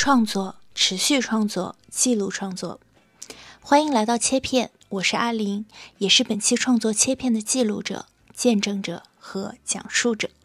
创作、持续创作、记录创作。欢迎来到切片，我是阿玲，也是本期创作切片的记录者、见证者和讲述者。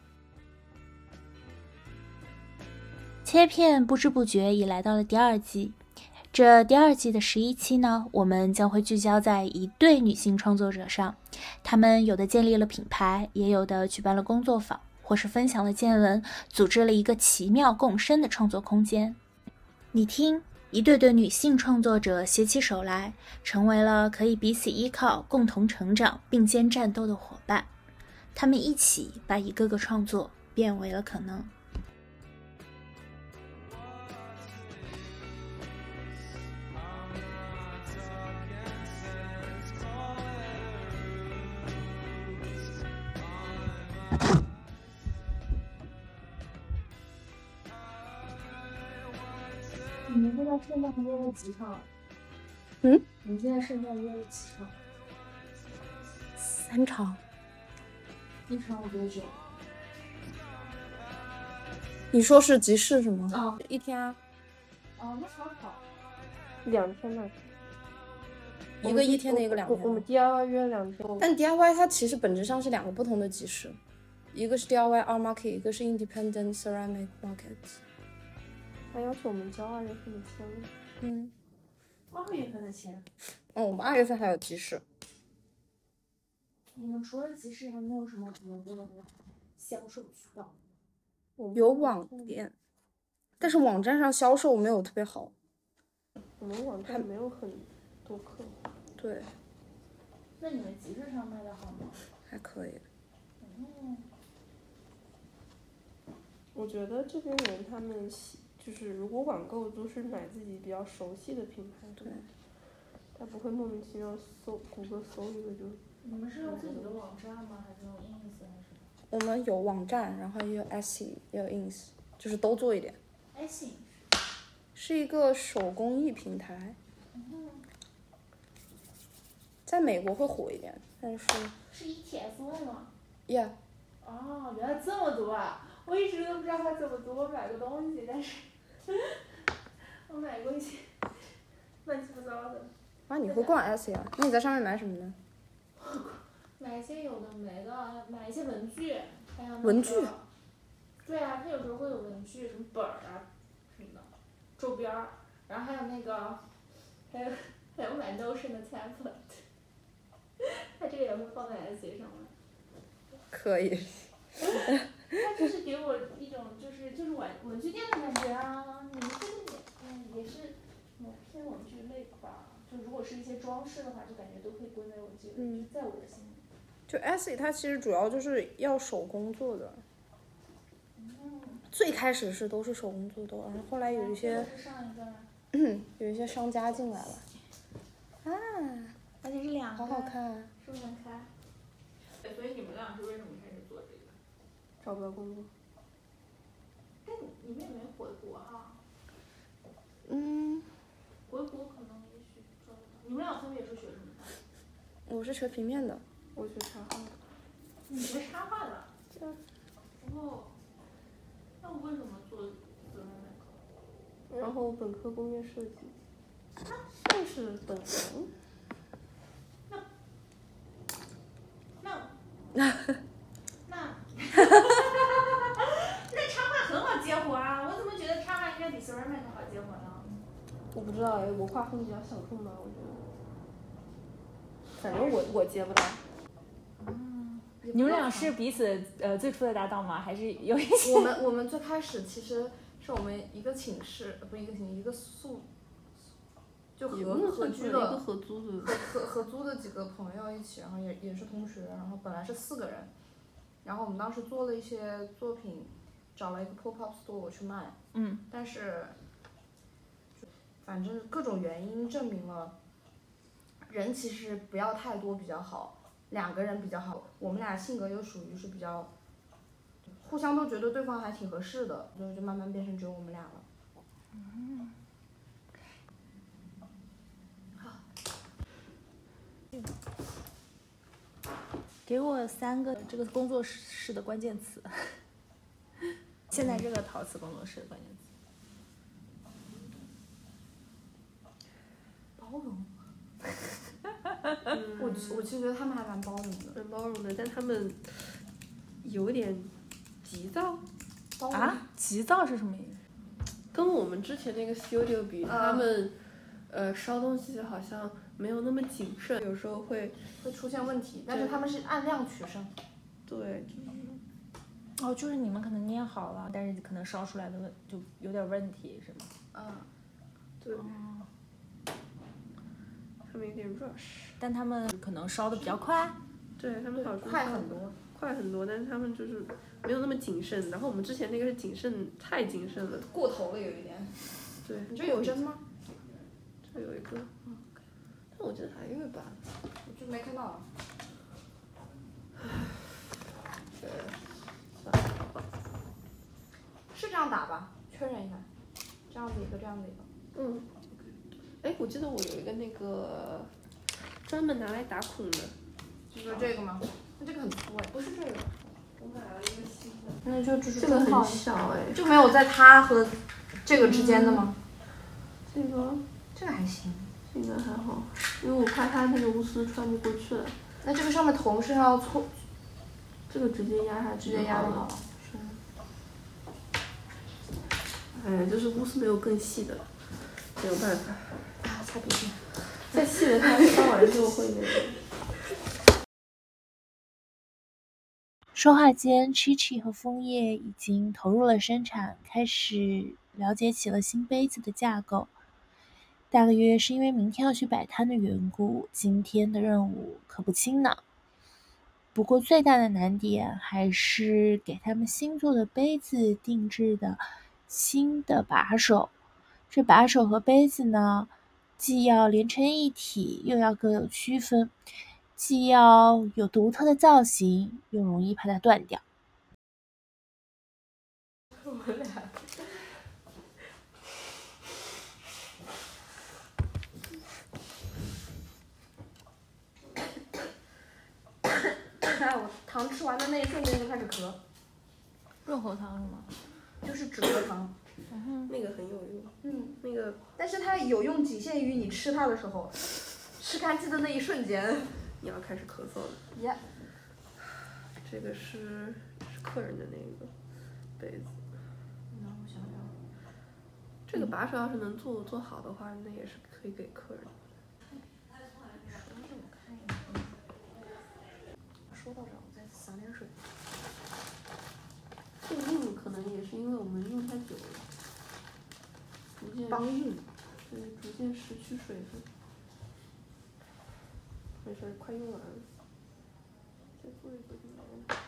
切片不知不觉已来到了第2季。这第2季的11期呢，我们将会聚焦在一对女性创作者上，她们有的建立了品牌，也有的举办了工作坊，或是分享了见闻，组织了一个奇妙共生的创作空间。你听，一对对女性创作者携起手来，成为了可以彼此依靠、共同成长、并肩战斗的伙伴。她们一起把一个个创作变为了可能。你们现在圣诞约了几场？你们现在圣诞约了几场 ？3场。 一场有多久？ 你说是集市是吗？ 一天啊。那超好。 2天吧。 一个1天的，一个2天的。 我们 DIY 约了2天。 但 DIY 它其实本质上是2个不同的集市，一个是 DIY Art Market， 一个是 Independent Ceramic Market。 他要求我们交2月份的签。 2月份的签。 我们2月份还有集市。 你们除了集市还没有什么销售渠道？ 有网店，但是网站上销售没有特别好。 我们网站没有很多客户。 对。 那你们集市上卖的好吗？ 还可以。 我觉得这边人他们就是如果网购都是买自己比较熟悉的品牌， 对， 他不会莫名其妙谷歌搜一个就。 你们是用自己的网站吗？还是用 ins 还是？ 我们有网站，然后也有 Etsy， 也有 ins， 就是都做一点。 Etsy 是一个手工艺平台，在美国会火一点，但是。 是 ETF 吗 ？Yeah。 原来这么多啊！我一直都不知道它这么多。我买过东西，但是我买过一些乱七八糟的。 你会逛 Etsy 啊？那你在上面买什么呢？ 买一些有的没的，买一些文具，还有文具。 对啊，它有时候会有文具，什么本儿啊，什么的，周边儿，然后还有那个，还有买 Notion 的 template， 它这个也会放在 Etsy 上面。 可以。 它就是给我一种就是文具店的感觉啊！你们这个也是偏文具类吧？就如果是一些装饰的话，就感觉都可以归为文具类，就在我的心里。 就 Etsy 它其实主要就是要手工做的。最开始是都是手工做的，然后后来有一些有一些商家进来了。 而且是2个。 好好看啊！ 是不是很可爱？所以你们俩是为什么开始做这个？ 找不到工作。 但你们也没回国哈。回国可能也许找不到。你们俩分别是学什么的？ 我是学平面的。 我学插画的。 你学插画的？对。那我为什么做Ceramic？ 然后本科工业设计。算是本行。 那插画很好接活啊！我怎么觉得插画应该比 Ceramic 好接活呢？ 我不知道我画风比较小众吧，我觉得。反正我接不到。 你们俩是彼此最初的搭档吗？还是有一些？ 我们最开始其实是我们一个寝室，不是一个寝室，一个就合居的一个合租的几个朋友一起，然后也是同学，然后本来是4个人，然后我们当时做了一些作品，找了一个 pop-up store 去卖，但是反正各种原因证明了，人其实不要太多比较好，2个人比较好，我们俩性格又属于是比较，互相都觉得对方还挺合适的，所以就慢慢变成只有我们俩了。 给我3个这个工作室的关键词。现在这个陶瓷工作室的关键词。 容。我其实觉得他们还蛮包容的。 蛮包容的，但他们有点急躁。 啊？急躁是什么意思？ 跟我们之前那个 studio 比，他们烧东西好像没有那么谨慎，有时候会出现问题，但是他们是按量取胜。 对， 哦，就是你们可能捏好了，但是可能烧出来的就有点问题，是吗？ 对。他们有点 rush， 但他们可能烧的比较快。 对他们好像快很多， 快很多，但是他们就是没有那么谨慎。然后我们之前那个是谨慎，太谨慎了， 过头了有一点。 对， 你这有针吗？ 这有一个，但我觉得还有一把， 我就没看到。是这样打吧？确认一下，这样子一个，这样子一个。 哎，我记得我有一个那个专门拿来打孔的， 就是这个吗？那这个很粗哎，不是这个。 我买了一个新的。 那就是这个很小哎， 就没有在它和这个之间的吗？ 这个还行， 这个还好，因为我怕它那个钨丝穿不过去了。 那这个上面头是要搓， 这个直接压下去， 直接压就好了。 哎，就是钨丝没有更细的，没有办法。 擦笔芯。 再细的它烧完之后会那个。 说话间 ，Chi 和枫叶已经投入了生产，开始了解起了新杯子的架构。大约是因为明天要去摆摊的缘故，今天的任务可不轻呢。不过最大的难点还是给他们新做的杯子定制的新的把手。这把手和杯子呢，既要连成一体，又要各有区分，既要有独特的造型，又容易怕它断掉。 我们俩。我糖吃完的那一瞬间就开始咳。 润喉糖是吗？ 就是止咳糖。 那个很有用。那个。 但是它有用仅限于你吃它的时候，吃干净的那一瞬间， 你要开始咳嗽了。 Yeah。 这个是客人的那个杯子。 让我想想。 这个把手要是能做好的话，那也是可以给客人。 说到这儿，我再洒点水。 这个硬可能也是因为我们用太久了，逐渐帮硬， 对，逐渐失去水分。没事，快用完了，再做一个就没了。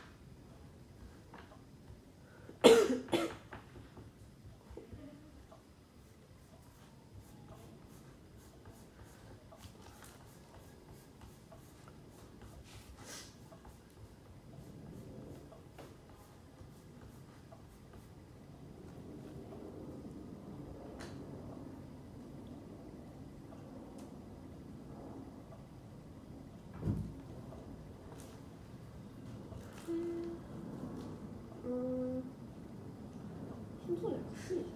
先做两个试一下。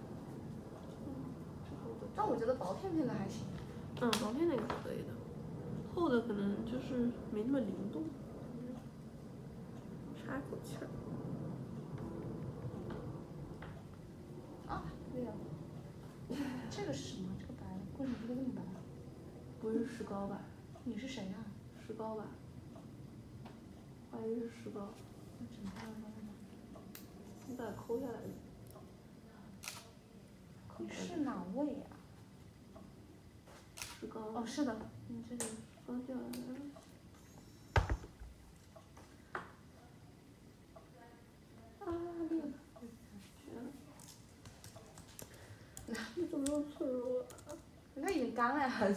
但我觉得薄片片的还行。 薄片那个可以的，厚的可能就是没那么灵动。插一口气儿。 啊，对呀。这个是什么？这个白，为什么这个那么白？ 不是石膏吧？ 你是谁呀？ 石膏吧？怀疑是石膏。你把它抠下来。 你是哪位呀？ 石膏。 哦，是的，你这个刚掉下来了。厉害！你怎么那么脆弱啊？ 它已经干了呀。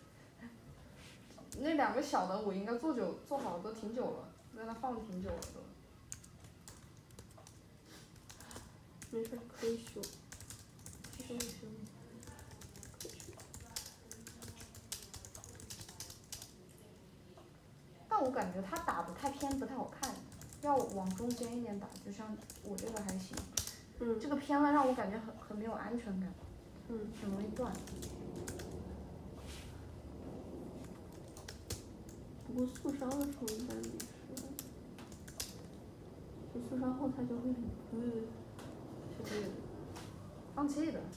那两个小的我应该做好了都挺久了，在那放挺久了都。 没事，可以修。 修。但我感觉它打的太偏不太好看，要往中间一点打，就像我这个还行。这个偏了让我感觉很没有安全感。很容易断。 不过速烧的时候一般没事，就速烧后它就会就是放气的。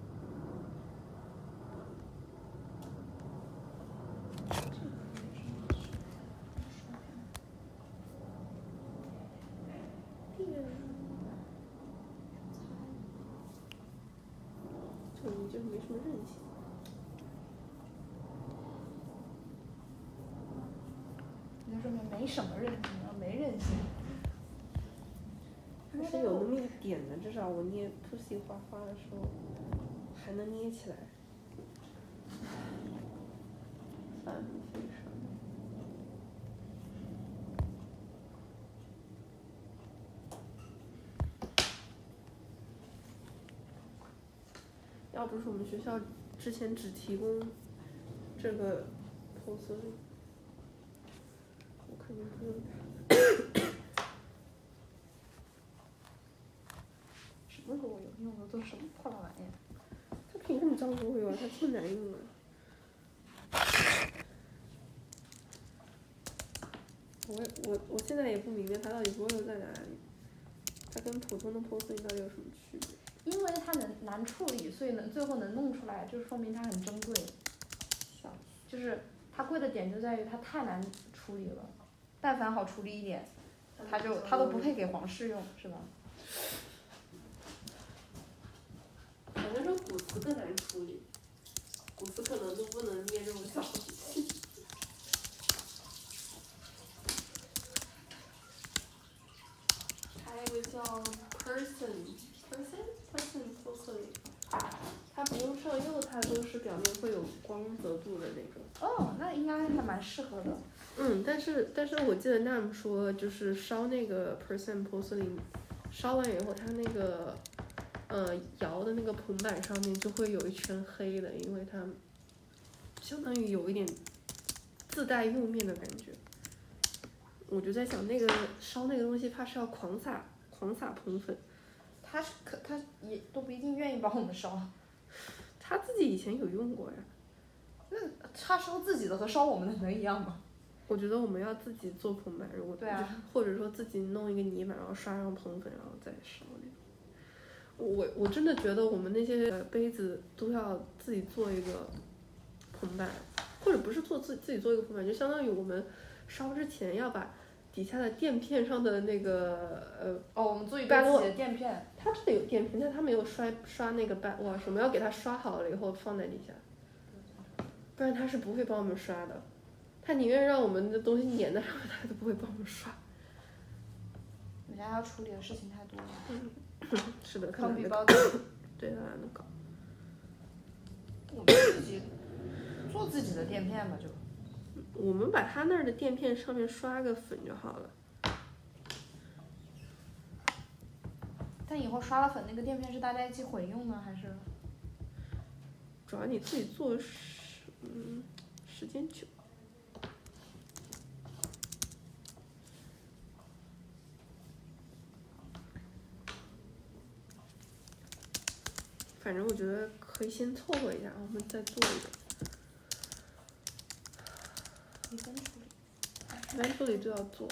就没什么韧性。 那说明没什么韧性，没韧性。 还是有那么一点的，至少我捏 pussy 花花的时候还能捏起来。反非常。要不是我们学校之前只提供这个 pose， 我肯定不用。 什么裸油用的都是什么破烂玩意？ 它凭什么叫裸油啊？它这么难用啊！我现在也不明白它到底裸油在哪里，它跟普通的 pose 到底有什么区别？ 因为它难处理，所以最后能弄出来，就说明它很珍贵。就是它贵的点就在于它太难处理了，但凡好处理一点，它都不配给皇室用，是吧？ 反正说古瓷更难处理，古瓷可能都不能捏这种小脾气。还有一个叫 person porcelain， 它不用上釉，它都是表面会有光泽度的那种。 哦，那应该还蛮适合的。 但是我记得 Nam 说，就是烧那个 person porcelain， 烧完以后它那个窑的那个盆板上面就会有一圈黑的，因为它相当于有一点自带釉面的感觉。我就在想，那个烧那个东西，怕是要狂撒喷粉。 他也都不一定愿意帮我们烧。 他自己以前有用过呀。 那他烧自己的和烧我们的能一样吗？ 我觉得我们要自己做棚板，如果对啊， 或者说自己弄一个泥板，然后刷上棚粉，然后再烧那种。我真的觉得我们那些杯子都要自己做一个棚板，或者不是自己做一个棚板，就相当于我们烧之前要把底下的垫片上的那个我们做一个自己的垫片。 它这里有垫片，但它没有刷那个wash，我们要给它刷好了以后放在底下，不然它是不会帮我们刷的。他宁愿让我们的东西粘在上面，他都不会帮我们刷。 人家要处理的事情太多了。 是的， 康比包对，他懒得搞。 我们自己做自己的垫片吧，就。 我们把他那儿的垫片上面刷个粉就好了。 但以后刷了粉，那个垫片是大家一起混用呢，还是？ 主要你自己做时间久。反正我觉得可以先凑合一下，我们再做一个。一般处理都要做。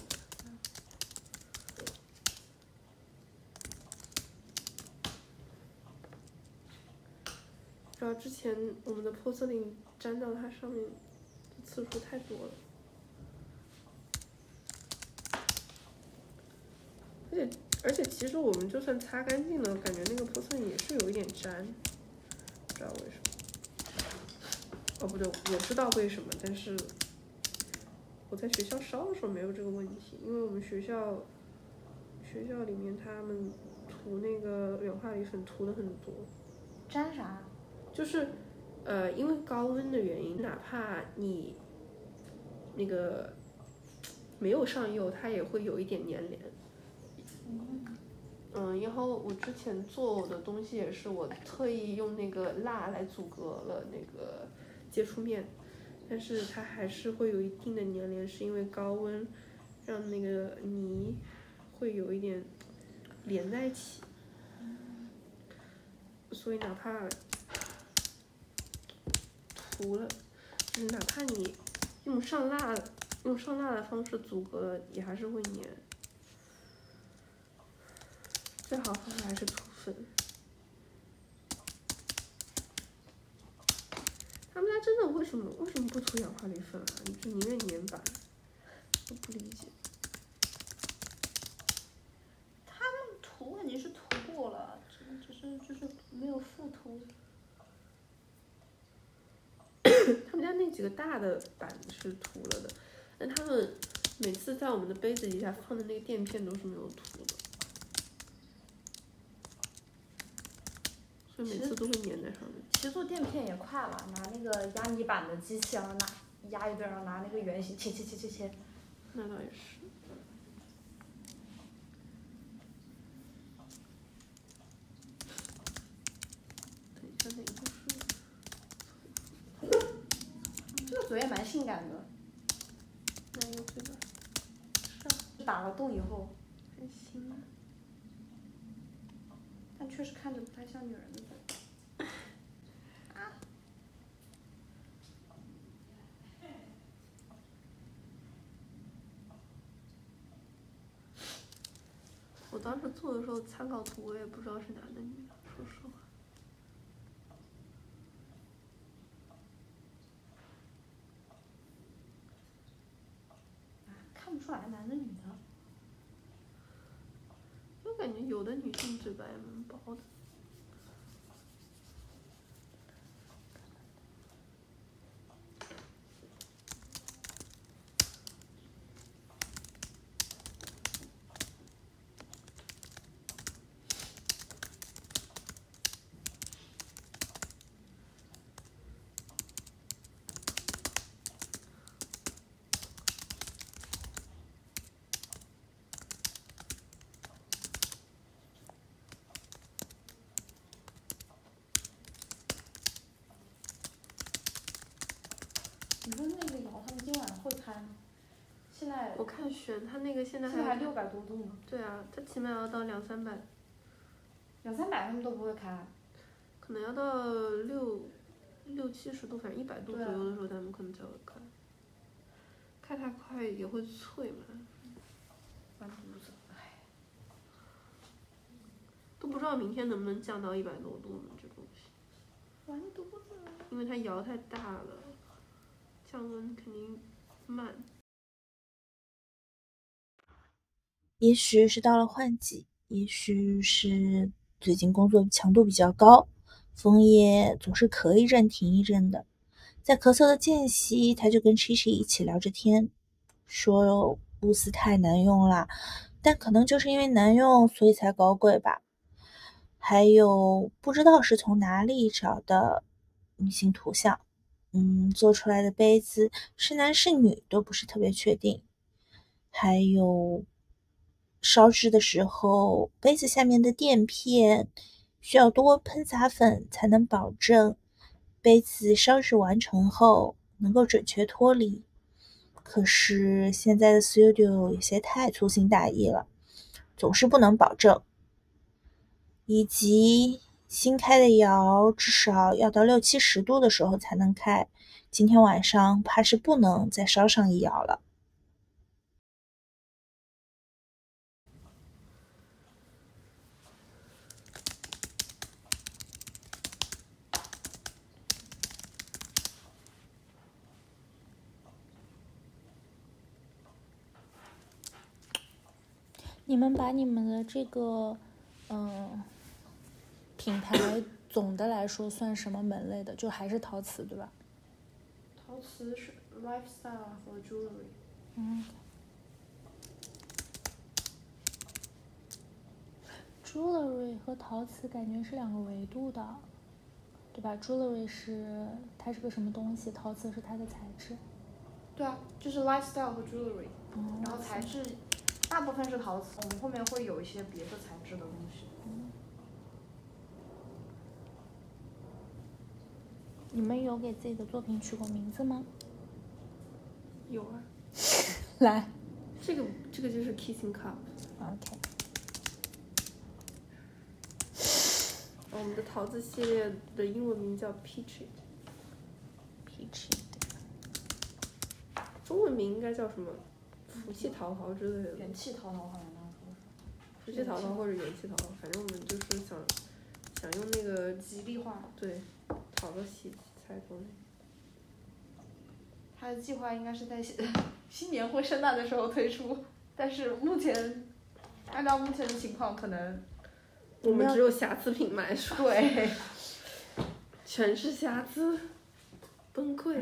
主要之前我们的 porcelain 粘到它上面的次数太多了，而且其实我们就算擦干净了，感觉那个 porcelain 也是有一点粘，不知道为什么。哦，不对，我知道为什么，但是我在学校烧的时候没有这个问题，因为我们学校里面他们涂那个氧化锂粉涂的很多。 粘啥？ 就是因为高温的原因，哪怕你那个没有上釉，它也会有一点粘连。然后我之前做的东西也是，我特意用那个蜡来阻隔了那个接触面，但是它还是会有一定的粘连，是因为高温让那个泥会有一点连在一起，所以哪怕涂了，就是哪怕你用上蜡用上蜡的方式阻隔也还是会粘。最好方法还是涂粉。他们家真的为什么不涂氧化铝粉啊？你就宁愿粘板，我不理解。 他们涂肯定是涂过了，只是就是没有复涂。 他们家那几个大的板是涂了的，但他们每次在我们的杯子底下放的那个垫片都是没有涂的，所以每次都会粘在上面。 其实做垫片也快了，拿那个压泥板的机器，然后压一堆，然后拿那个圆形切。 那倒也是。等一下，哪个是？ 这个嘴也蛮性感的。 哪个嘴巴？ 是打了洞以后。 还行。 但确实看着不太像女人的嘴。 我当时做的时候参考图我也不知道是男的女的，说实话。 看不出来男的女的。 就感觉有的女性嘴巴也蛮薄的。 你说那个窑他们今晚会开吗？现在我看选他那个现在还600多度呢。 对啊，他起码要到200-300。 200-300他们都不会开。 可能要到60-70度，反正100度左右的时候他们可能才会开。开太快也会脆嘛。 完犊子，唉。 都不知道明天能不能降到100多度呢，这东西。 完犊子。 因为它窑太大了，降温肯定慢。 也许是到了换季，也许是最近工作强度比较高，枫叶总是咳一阵停一阵的。在咳嗽的间隙，他就跟 Chichi 一起聊着天，说钨丝太难用了，但可能就是因为难用，所以才高贵吧。还有不知道是从哪里找的女性图像，做出来的杯子是男是女都不是特别确定。还有烧制的时候，杯子下面的垫片需要多喷洒粉才能保证杯子烧制完成后能够准确脱离。可是现在的 studio 有些太粗心大意了，总是不能保证。以及新开的窑至少要到60-70度的时候才能开，今天晚上怕是不能再烧上一窑了。你们把你们的这个品牌总的来说算什么门类的？就还是陶瓷对吧？ 陶瓷是 lifestyle 和 jewelry。 jewelry 和陶瓷感觉是两个维度的，对吧 ？jewelry 是它是个什么东西，陶瓷是它的材质。 对啊，就是 lifestyle 和 jewelry，然后材质大部分是陶瓷，我们后面会有一些别的材质的东西。 你们有给自己的作品取过名字吗？ 有啊。 来， 这个就是 Kissing Cup。OK。我们的陶瓷系列的英文名叫 Peach。 中文名应该叫什么？福气淘淘之类的。 元气淘淘好像当时说是。 福气淘淘或者元气淘淘，反正我们就是想用那个吉利话。 对，讨个喜财多那。 他的计划应该是在新年或圣诞的时候推出，但是目前按照目前的情况，可能我们只有瑕疵品卖出。 对， 全是瑕疵，崩溃。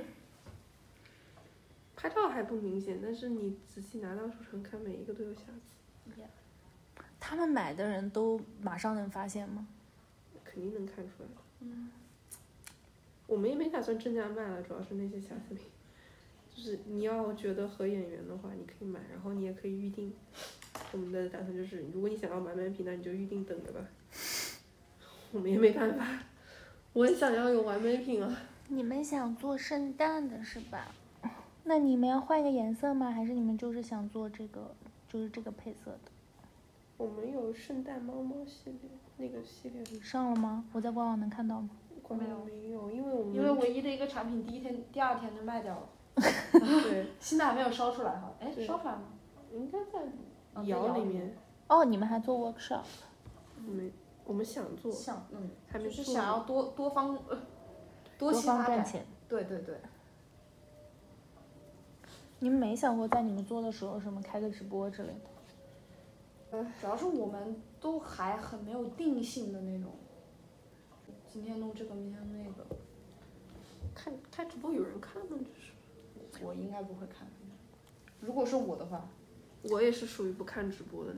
拍照还不明显，但是你仔细拿到手上看，每一个都有瑕疵。 他们买的人都马上能发现吗？ 肯定能看出来。我们也没打算正价卖了，主要是那些瑕疵品。就是你要觉得合眼缘的话，你可以买，然后你也可以预定。我们的打算就是，如果你想要买满品，那你就预定等着吧。我们也没办法，我也想要有完美品啊。 你们想做圣诞的是吧？那你们要换一个颜色吗？还是你们就是想做这个，就是这个配色的？ 我们有圣诞猫猫系列，那个系列上了吗？我在官网能看到吗？ 官网没有，因为唯一的一个产品第二天就卖掉了。 对， 新的还没有烧出来哈。哎，烧出来吗？ 应该在窑里面。 哦，你们还做 workshop？ 我们想做。还没做。 就是想要多方期赚钱。 对对对。 你们没想过在你们做的时候什么开个直播之类的？ 主要是我们都还很没有定性的那种。今天弄这个，明天弄那个。 开直播有人看吗？就是。 我应该不会看。如果是我的话， 我也是属于不看直播的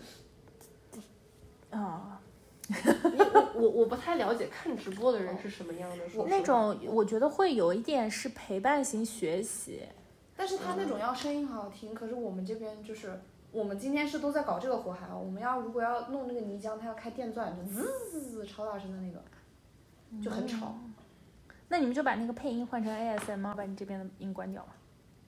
那种。 啊。 我不太了解看直播的人是什么样的。 那种我觉得会有一点是陪伴型学习。 但是他那种要声音好听，可是我们这边就是我们今天是都在搞这个活，还好我们如果要弄那个泥浆，它要开电钻，就滋超大声的那个，就很吵。 那你们就把那个配音换成 ASMR， 把你这边的音关掉嘛。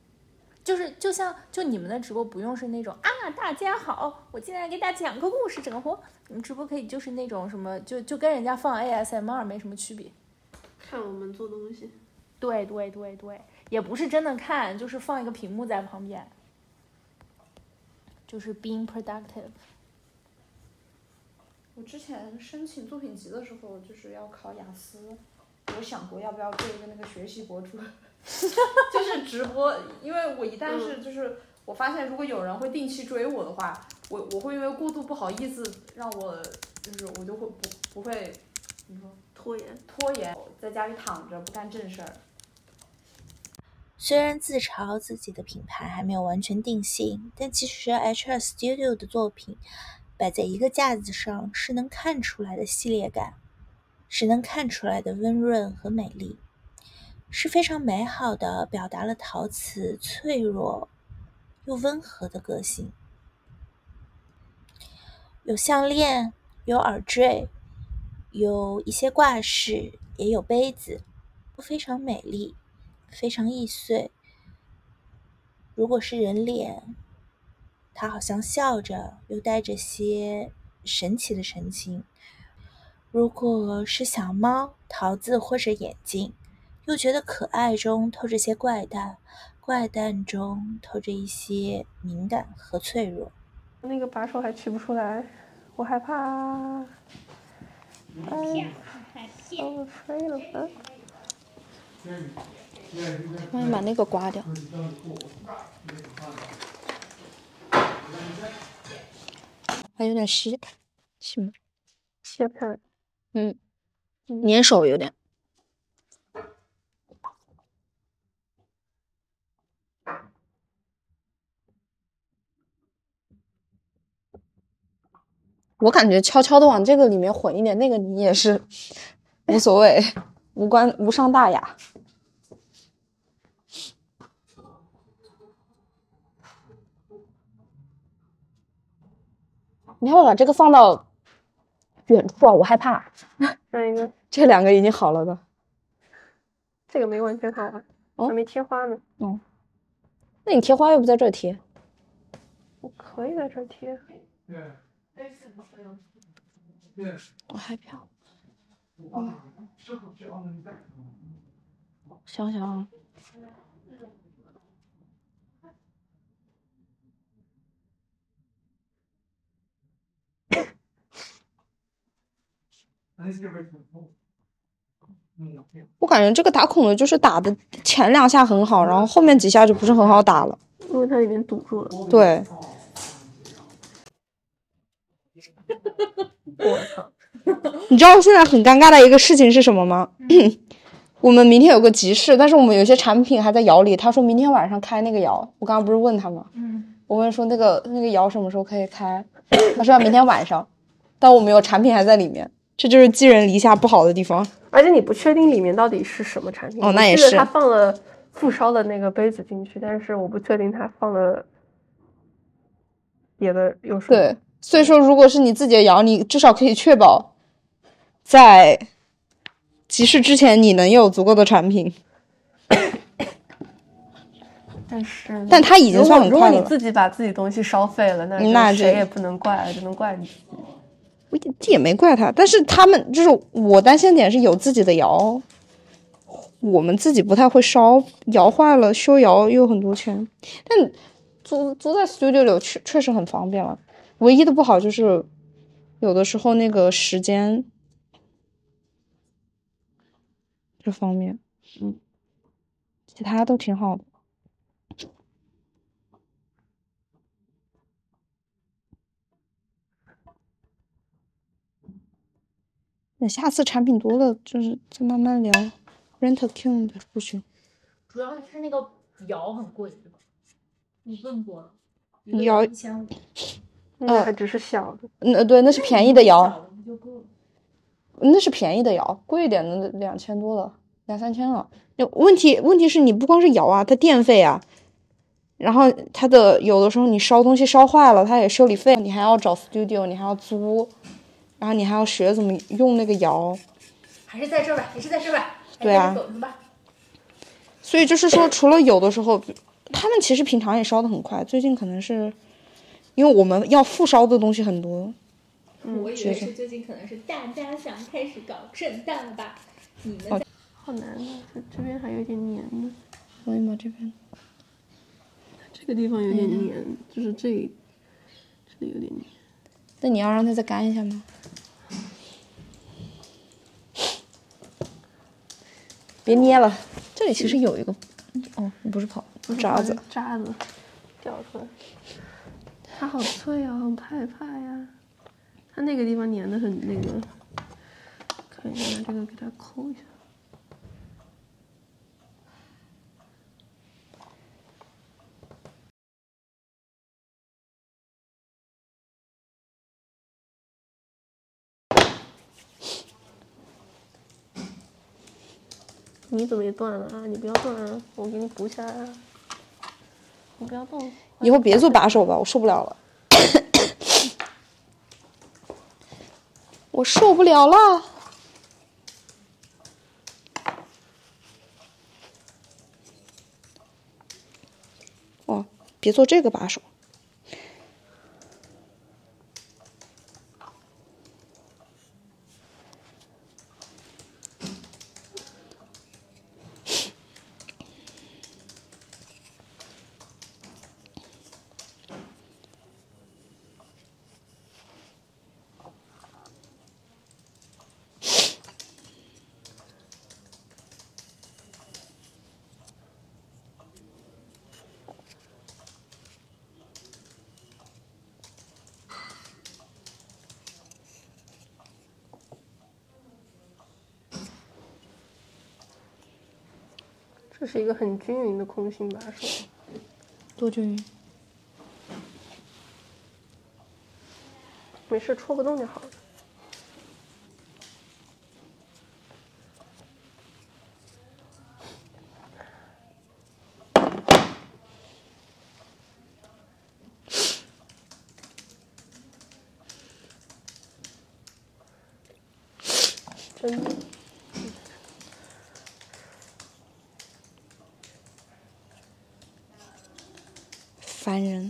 就你们的直播不用是那种啊，大家好，我今天来给大家讲个故事，整个活。你们直播可以就是那种什么，就跟人家放 ASMR 没什么区别。 看我们做东西。 对，也不是真的看，就是放一个屏幕在旁边，就是 being productive。 我之前申请作品集的时候，就是要考雅思，我想过要不要做一个那个学习博主，就是直播，因为我一旦是就是我发现如果有人会定期追我的话，我会因为过度不好意思让我就是我就会不会怎么说拖延，在家里躺着不干正事儿。 虽然自嘲自己的品牌还没有完全定性，但其实 HR Studio 的作品摆在一个架子上是能看出来的系列感，是能看出来的温润和美丽，是非常美好的表达了陶瓷脆弱又温和的个性。有项链，有耳坠，有一些挂饰，也有杯子，都非常美丽，非常易碎。如果是人脸，它好像笑着，又带着些神奇的神情；如果是小猫、桃子或者眼睛，又觉得可爱中透着些怪诞，怪诞中透着一些敏感和脆弱。 那个把手还取不出来，我害怕。So afraid of it。 我把那个刮掉。还有点湿，是吗？ 切不下来。 粘手有点。我感觉悄悄的往这个里面混一点那个泥也是无所谓，无伤大雅。你要不要把这个放到远处啊？我害怕。 哪一个？ 这两个已经好了的。 这个没完全好啊，还没贴花呢。 那你贴花又不在这儿贴？ 我可以在这儿贴。 我害怕。想想啊。 我感觉这个打孔的就是打的前2下很好，然后后面几下就不是很好打了， 因为它里面堵住了。 对。 我操！ 你知道现在很尴尬的一个事情是什么吗？我们明天有个集市，但是我们有些产品还在窑里。他说明天晚上开那个窑，我刚刚不是问他吗？我问说那个窑什么时候可以开，他说要明天晚上，但我们有产品还在里面，这就是寄人篱下不好的地方。 而且你不确定里面到底是什么产品。 哦，那也是。 他放了富烧的那个杯子进去，但是我不确定他放了别的有什么。 对，所以说如果是你自己的窑，你至少可以确保在集市之前你能有足够的产品。但它已经算很快了。 如果你自己把自己东西烧废了，那谁也不能怪，只能怪你自己。 我也没怪他，但是他们就是我担心的点是有自己的窑，我们自己不太会烧，窑坏了修窑又很多钱。但租在 studio 里确实很方便了，唯一的不好就是有的时候那个时间这方面，其他都挺好的。等下次产品多了，就是再慢慢聊。Rent King 的不行， 主要是那个窑很贵，对吧？你问过了， 窑 1500。 那还只是小的。对，那是便宜的窑。那是便宜的窑，贵一点的2000多了，2、3千了。问题是你不光是窑啊，它电费啊，然后它的有的时候你烧东西烧坏了，它也修理费，你还要找 studio， 你还要租，然后你还要学怎么用那个窑。 还是在这吧，也是在这吧。 对啊。所以就是说，除了有的时候，他们其实平常也烧得很快，最近可能是因为我们要复烧的东西很多。 我以为是最近可能是大家想开始搞圣诞了吧？你们好难啊！这边还有点黏呢。 所以嘛，这边这个地方有点黏，就是这里有点黏。 那你要让它再干一下吗？别捏了，这里其实有一个，不是渣子掉出来。它好脆啊，很害怕呀。它那个地方粘的很那个，看一下，拿这个给它抠一下。你怎么也断了啊？你不要断啊，我给你补起来啊。你不要动。 以后别做把手吧，我受不了了。我受不了了。别做这个把手。 这是一个很均匀的空心把手。 多均匀？ 没事，戳不动就好了。真的。 烦人。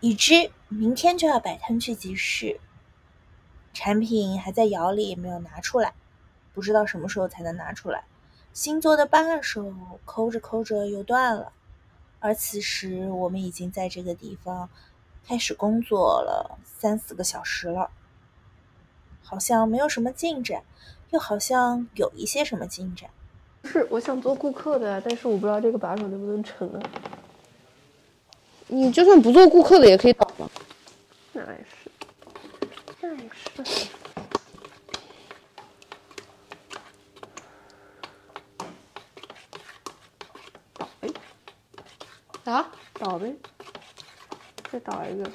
已知明天就要摆摊去集市，产品还在窑里没有拿出来，不知道什么时候才能拿出来。新做的把手抠着抠着又断了，而此时我们已经在这个地方开始工作了3-4个小时了，好像没有什么进展，又好像有一些什么进展。 是我想做顾客的，但是我不知道这个把手能不能成啊。 你就算不做顾客的也可以倒吗？ 那也是，那也是。倒呗。 啊？ 倒呗。再倒一个。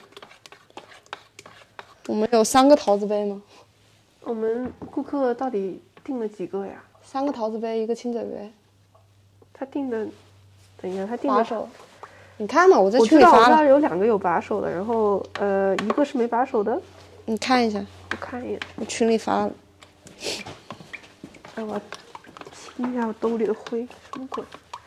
我们有3个桃子杯吗？ 我们顾客到底订了几个呀 ？3个桃子杯，1个亲嘴杯。 他订的，等一下，他订的把手。你看嘛，我在群里发了。我知道有2个有把手的，然后1个是没把手的。 你看一下。 我看一眼。 我群里发了。 哎，我清一下我兜里的灰，什么鬼？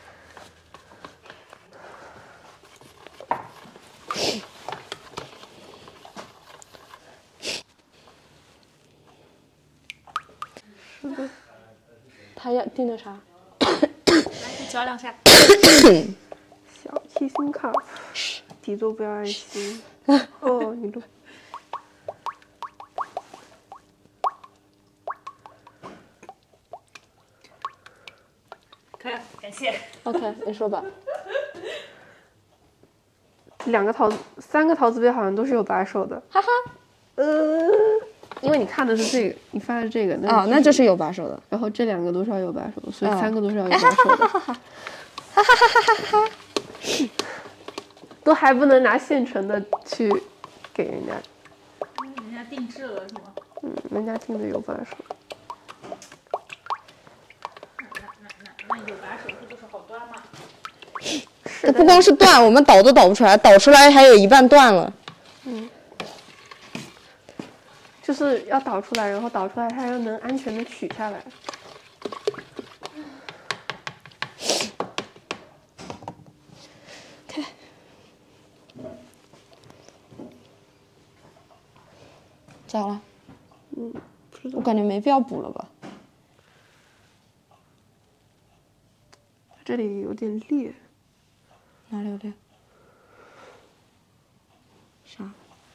是的。 他要订的啥？ 来嚼2下。 小七星卡，底座不要爱心。哦，你录。 可以，感谢。 OK， 你说吧。 3个桃子杯好像都是有把手的。 哈哈。 因为你看的是这个，你发的这个， 那就是有把手的。 然后这2个都是要有把手的，所以3个都是要有把手的。哈哈哈哈哈！都还不能拿现成的去给人家。 人家定制了是吗？ 人家定的有把手。 那有把手这就是好断嘛。 它不光是断，我们倒都倒不出来，倒出来还有一半断了。 就是要导出来，然后导出来它又能安全的取下来。 看，咋了？ 不知道。 我感觉没必要补了吧。 这里有点裂。 哪里有裂？啥？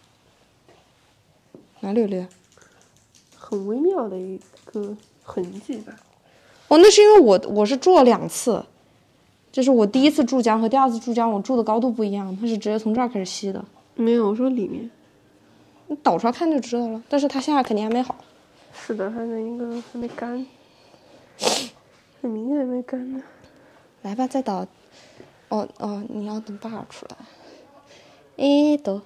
哪里有裂？ 很微妙的一个痕迹吧。 哦，那是因为我是注了2次，就是我第1次注浆和第2次注浆，我注的高度不一样，它是直接从这儿开始吸的。 没有，我说里面。 你倒出来看就知道了，但是它现在肯定还没好。 是的，它那个还没干，很明显还没干呢。 来吧，再倒。哦，你要等把出来。倒。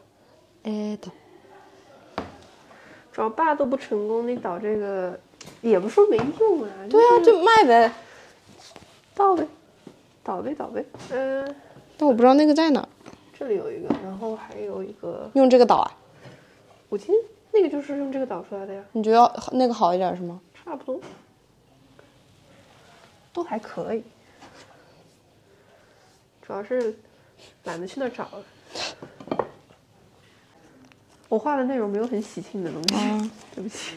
主要把都不成功，你导这个也不说没用啊。 对啊，就卖呗， 倒呗，倒呗。 但我不知道那个在哪。 这里有一个，然后还有一个。 用这个导啊？ 我记得那个就是用这个导出来的呀。 你觉得那个好一点是吗？ 差不多，都还可以。主要是懒得去那找了。我画的内容没有很喜庆的东西，对不起。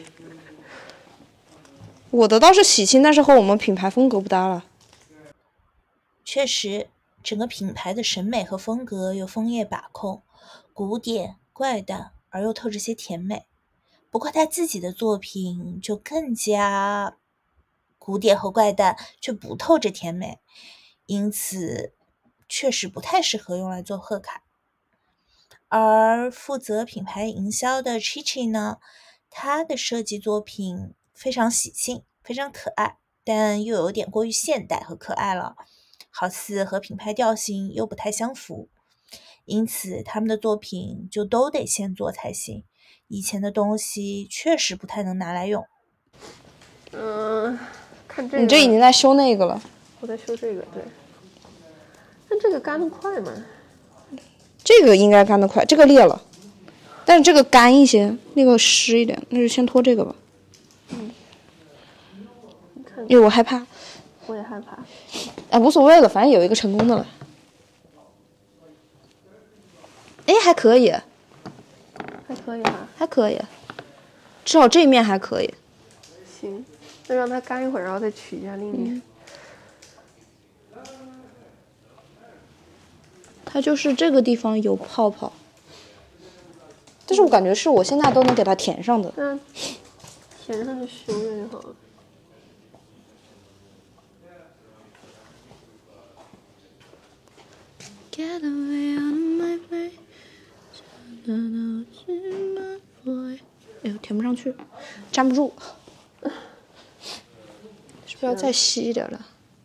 我的倒是喜庆，但是和我们品牌风格不搭了。 确实，整个品牌的审美和风格由枫叶把控，古典、怪诞而又透着些甜美。不过他自己的作品就更加古典和怪诞，却不透着甜美，因此确实不太适合用来做贺卡。而负责品牌营销的 Chichi 呢，他的设计作品非常喜庆，非常可爱，但又有点过于现代和可爱了，好似和品牌调性又不太相符，因此他们的作品就都得现做才行，以前的东西确实不太能拿来用。 看这个， 你这已经在修那个了。 我在修这个，对。但这个干得快吗？ 这个应该干得快，这个裂了，但是这个干一些，那个湿一点，那就先拖这个吧。因为我害怕。 我也害怕。 哎，无所谓了，反正有一个成功的了。 哎，还可以， 还可以吧？ 还可以，至少这一面还可以。 行，那让它干一会儿，然后再取一下另一面。 它就是这个地方有泡泡，但是我感觉是我现在都能给它填上的。 嗯，填上去修修就好了。 Get away out of my way. 哎呦，填不上去，粘不住，是不是要再细一点了？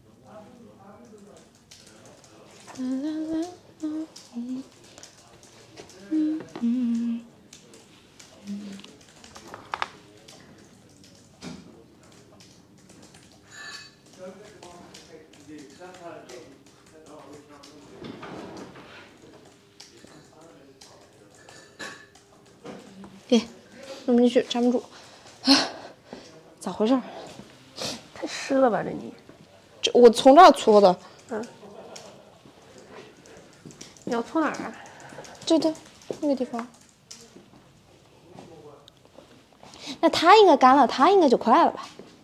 对，弄不进去，粘不住，啊，咋回事？ 太湿了吧，这你？ 这我从这儿搓的。 嗯。你要搓哪儿啊？ 对，那个地方。那它应该干了，它应该就快了吧？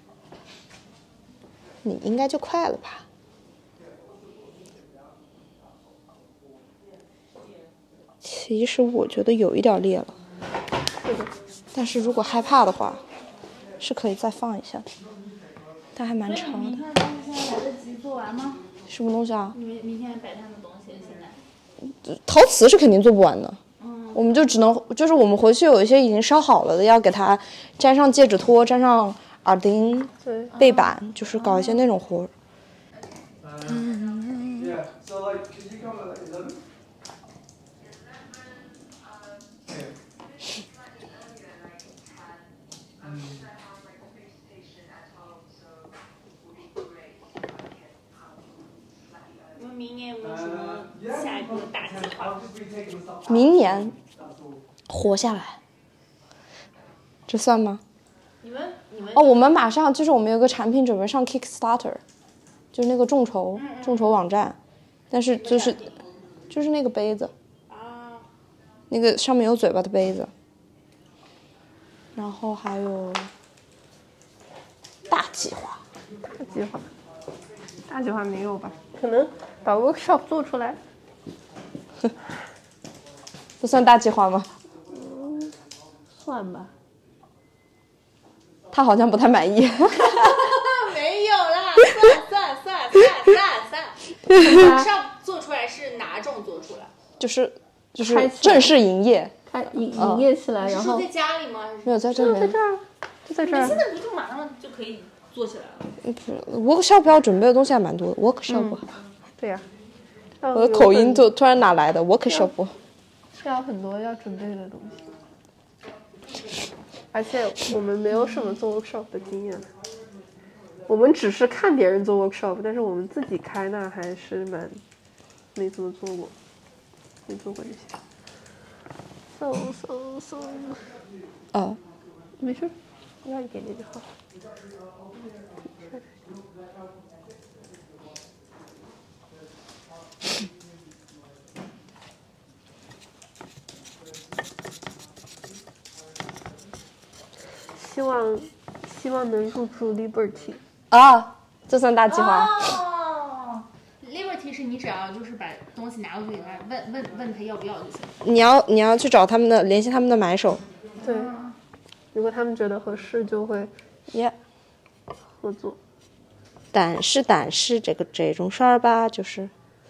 你应该就快了吧？其实我觉得有一点裂了。但是如果害怕的话，是可以再放一下的，但还蛮长的。 明天的东西现在来得及做完吗？ 什么东西啊？ 你们明天摆摊的东西现在？ 陶瓷是肯定做不完的。我们就只能就是我们回去有一些已经烧好了的，要给它粘上戒指托，粘上耳钉、背板，就是搞一些那种活儿。 你们明年有没有什么下一步的大计划？ 明年活下来，这算吗？ 你们哦，我们马上就是我们有个产品准备上 Kickstarter， 就是那个众筹网站，但是就是那个杯子啊， 那个上面有嘴巴的杯子，然后还有大计划。 大计划没有吧？可能把 workshop 做出来。 这算大计划吗？ 算吧。 他好像不太满意。 没有啦，算。上做出来是哪种做出来？ 就是正式营业， 营业起来，然后是说在家里吗？ 没有在这边， 就在这儿。 现在不就马上就可以做起来了 ？workshop 要准备的东西还蛮多的 ，workshop。 对呀。 我的口音突然哪来的 workshop？ 是要很多要准备的东西，而且我们没有什么做 workshop 的经验，我们只是看别人做 workshop， 但是我们自己开那还是没怎么做过，没做过这些。 哦， 没事，要一点点就好。希望能入驻 Liberty 啊，这算大计划。 哦 ，Liberty 是你只要就是把东西拿过去给他问他要不要就行。 你要去找他们的联系他们的买手。 对，如果他们觉得合适就会合作。 但是这种事儿吧，就是。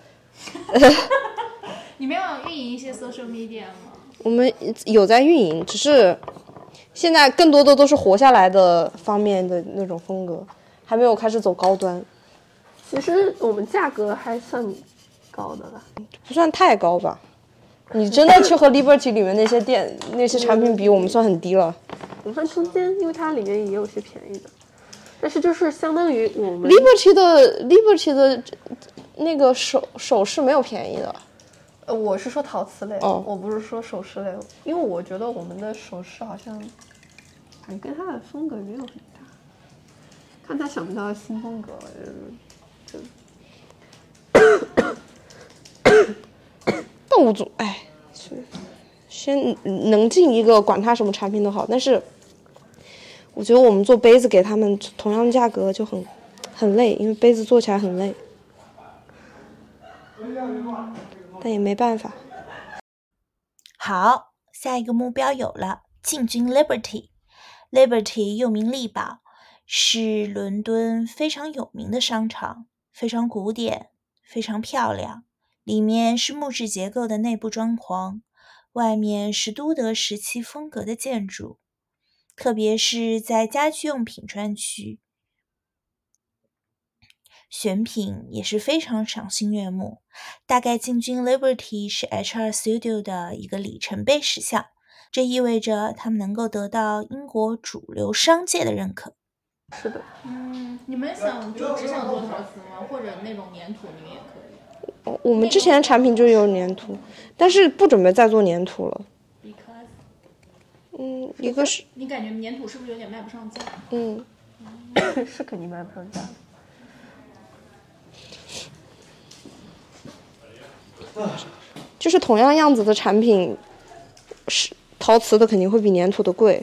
你们要运营一些 social media 吗？ 我们有在运营，只是现在更多的都是活下来的方面的那种风格，还没有开始走高端。 其实我们价格还算高的了， 不算太高吧？你真的去和 Liberty 里面那些店那些产品比，我们算很低了。 我们算中间，因为它里面也有些便宜的，但是就是相当于我们 Liberty 的那个首饰没有便宜的。 我是说陶瓷类， 哦， 我不是说首饰类，因为我觉得我们的首饰好像，跟它的风格没有很大，看他想不到新风格， 但我先能进一个，管它什么产品都好。但是我觉得我们做杯子给他们同样价格就很累，因为杯子做起来很累，但也没办法。 好，下一个目标有了，进军 Liberty。Liberty 又名力宝，是伦敦非常有名的商场，非常古典，非常漂亮。里面是木质结构的内部装潢，外面是都德时期风格的建筑，特别是在家居用品专区，选品也是非常赏心悦目。大概进军 Liberty 是 HR Studio 的一个里程碑事项，这意味着他们能够得到英国主流商界的认可。 是的。 你们只想做陶瓷吗？或者那种粘土你们也可以。 我们之前的产品就有粘土，但是不准备再做粘土了。一个是你感觉粘土是不是有点卖不上价？ 是肯定卖不上价的。 就是同样样子的产品，是陶瓷的肯定会比粘土的贵。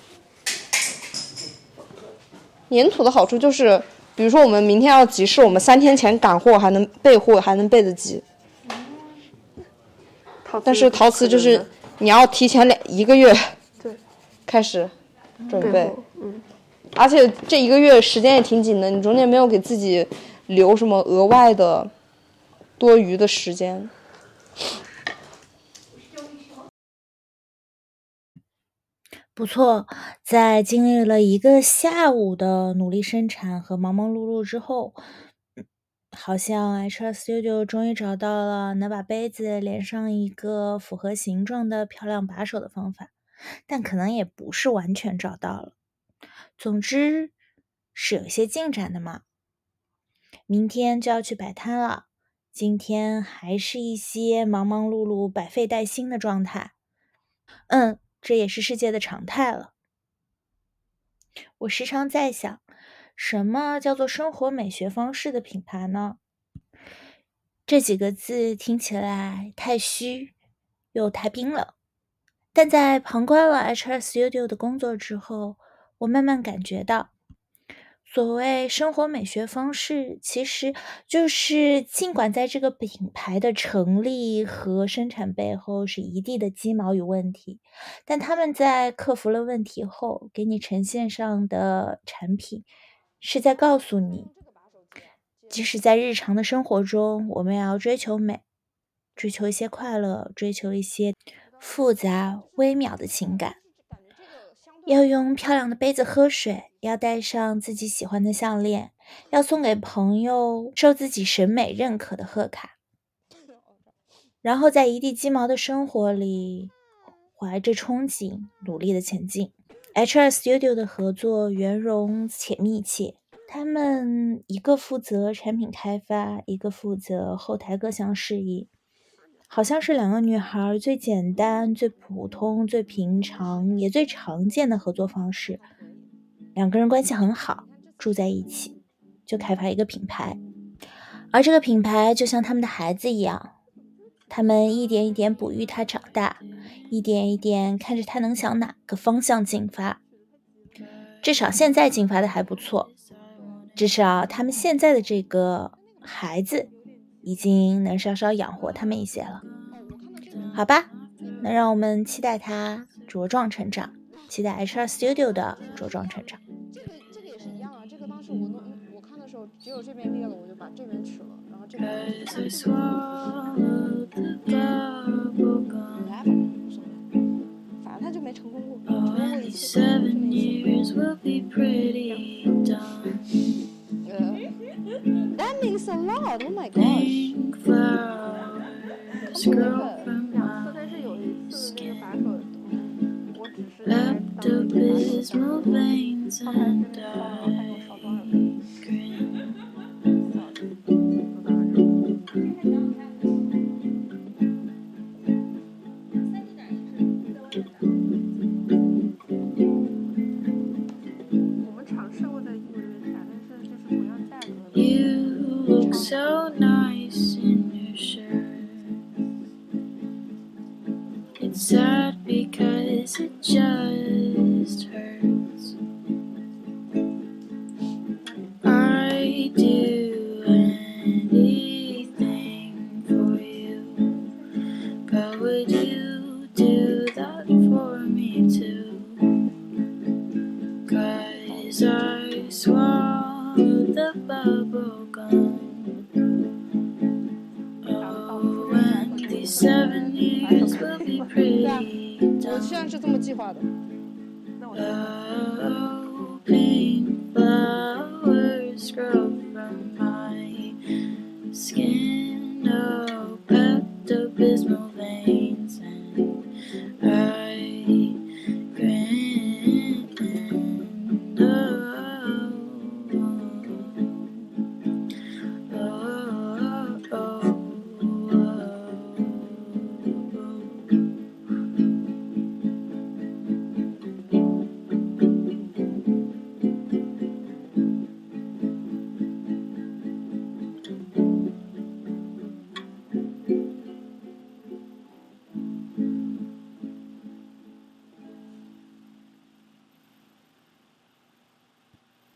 粘土的好处就是，比如说我们明天要集市，我们3天前赶货还能备货，还能备得及。但是陶瓷就是你要提前1个月开始准备，而且这1个月时间也挺紧的，你中间没有给自己留什么额外的多余的时间。 不错，在经历了1个下午的努力生产和忙忙碌碌之后，好像 HR Studio 终于找到了能把杯子连上一个符合形状的漂亮把手的方法，但可能也不是完全找到了。总之是有一些进展的嘛。明天就要去摆摊了，今天还是一些忙忙碌碌、百废待兴的状态。这也是世界的常态了。我时常在想，什么叫做生活美学方式的品牌呢？这几个字听起来太虚，又太冰冷。但在旁观了 HR Studio 的工作之后，我慢慢感觉到，所谓生活美学方式，其实就是尽管在这个品牌的成立和生产背后是一地的鸡毛与问题，但他们在克服了问题后，给你呈现上的产品，是在告诉你，即使在日常的生活中，我们也要追求美，追求一些快乐，追求一些复杂微妙的情感。要用漂亮的杯子喝水，要戴上自己喜欢的项链，要送给朋友受自己审美认可的贺卡，然后在一地鸡毛的生活里怀着憧憬努力的前进。HR Studio 的合作圆融且密切，他们一个负责产品开发，一个负责后台各项事宜，好像是2个女孩最简单、最普通、最平常也最常见的合作方式。2个人关系很好，住在一起，就开发一个品牌。而这个品牌就像他们的孩子一样，他们一点一点哺育他长大，一点一点看着他能向哪个方向进发。至少现在进发的还不错，至少他们现在的这个孩子已经能稍稍养活他们一些了。好吧，那让我们期待他茁壮成长，期待 HR Studio 的茁壮成长。 这个也是一样啊，这个当时我看的时候只有这边裂了，我就把这边取了，然后这边反正他就没成功过，成功过一次。That means a lot. Oh my gosh. 但是有一次那个把手，我只是当那个把手放在还有烧装的。我们尝试过在英国这边下，但是就是同样价格的。 You look so nice in your shirt. It's sad because it just hurts. I do anything for you, but would you do that for me too? 'Cause I swallowed the bubble gum. Oh, and these 7 years will be pretty 我现在是这么计划的。 Oh, pink flowers grow from my skin.